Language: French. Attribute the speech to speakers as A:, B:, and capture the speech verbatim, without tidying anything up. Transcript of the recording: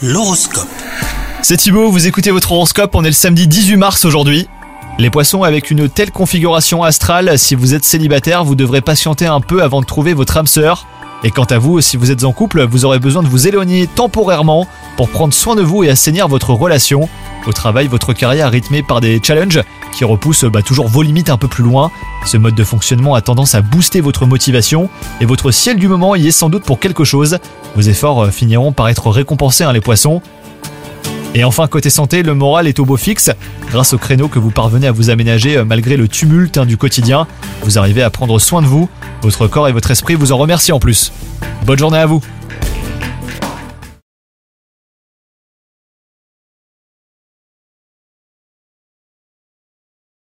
A: L'horoscope.
B: C'est Thibaut, vous écoutez votre horoscope, on est le samedi dix-huit mars aujourd'hui. Les poissons, avec une telle configuration astrale, si vous êtes célibataire, vous devrez patienter un peu avant de trouver votre âme sœur. Et quant à vous, si vous êtes en couple, vous aurez besoin de vous éloigner temporairement pour prendre soin de vous et assainir votre relation. Au travail, votre carrière est rythmée par des challenges qui repoussent bah, toujours vos limites un peu plus loin. Ce mode de fonctionnement a tendance à booster votre motivation et votre ciel du moment y est sans doute pour quelque chose. Vos efforts finiront par être récompensés, hein, les poissons. Et enfin, côté santé, le moral est au beau fixe. Grâce au créneau que vous parvenez à vous aménager malgré le tumulte hein, du quotidien, vous arrivez à prendre soin de vous. Votre corps et votre esprit vous en remercient en plus. Bonne journée à vous.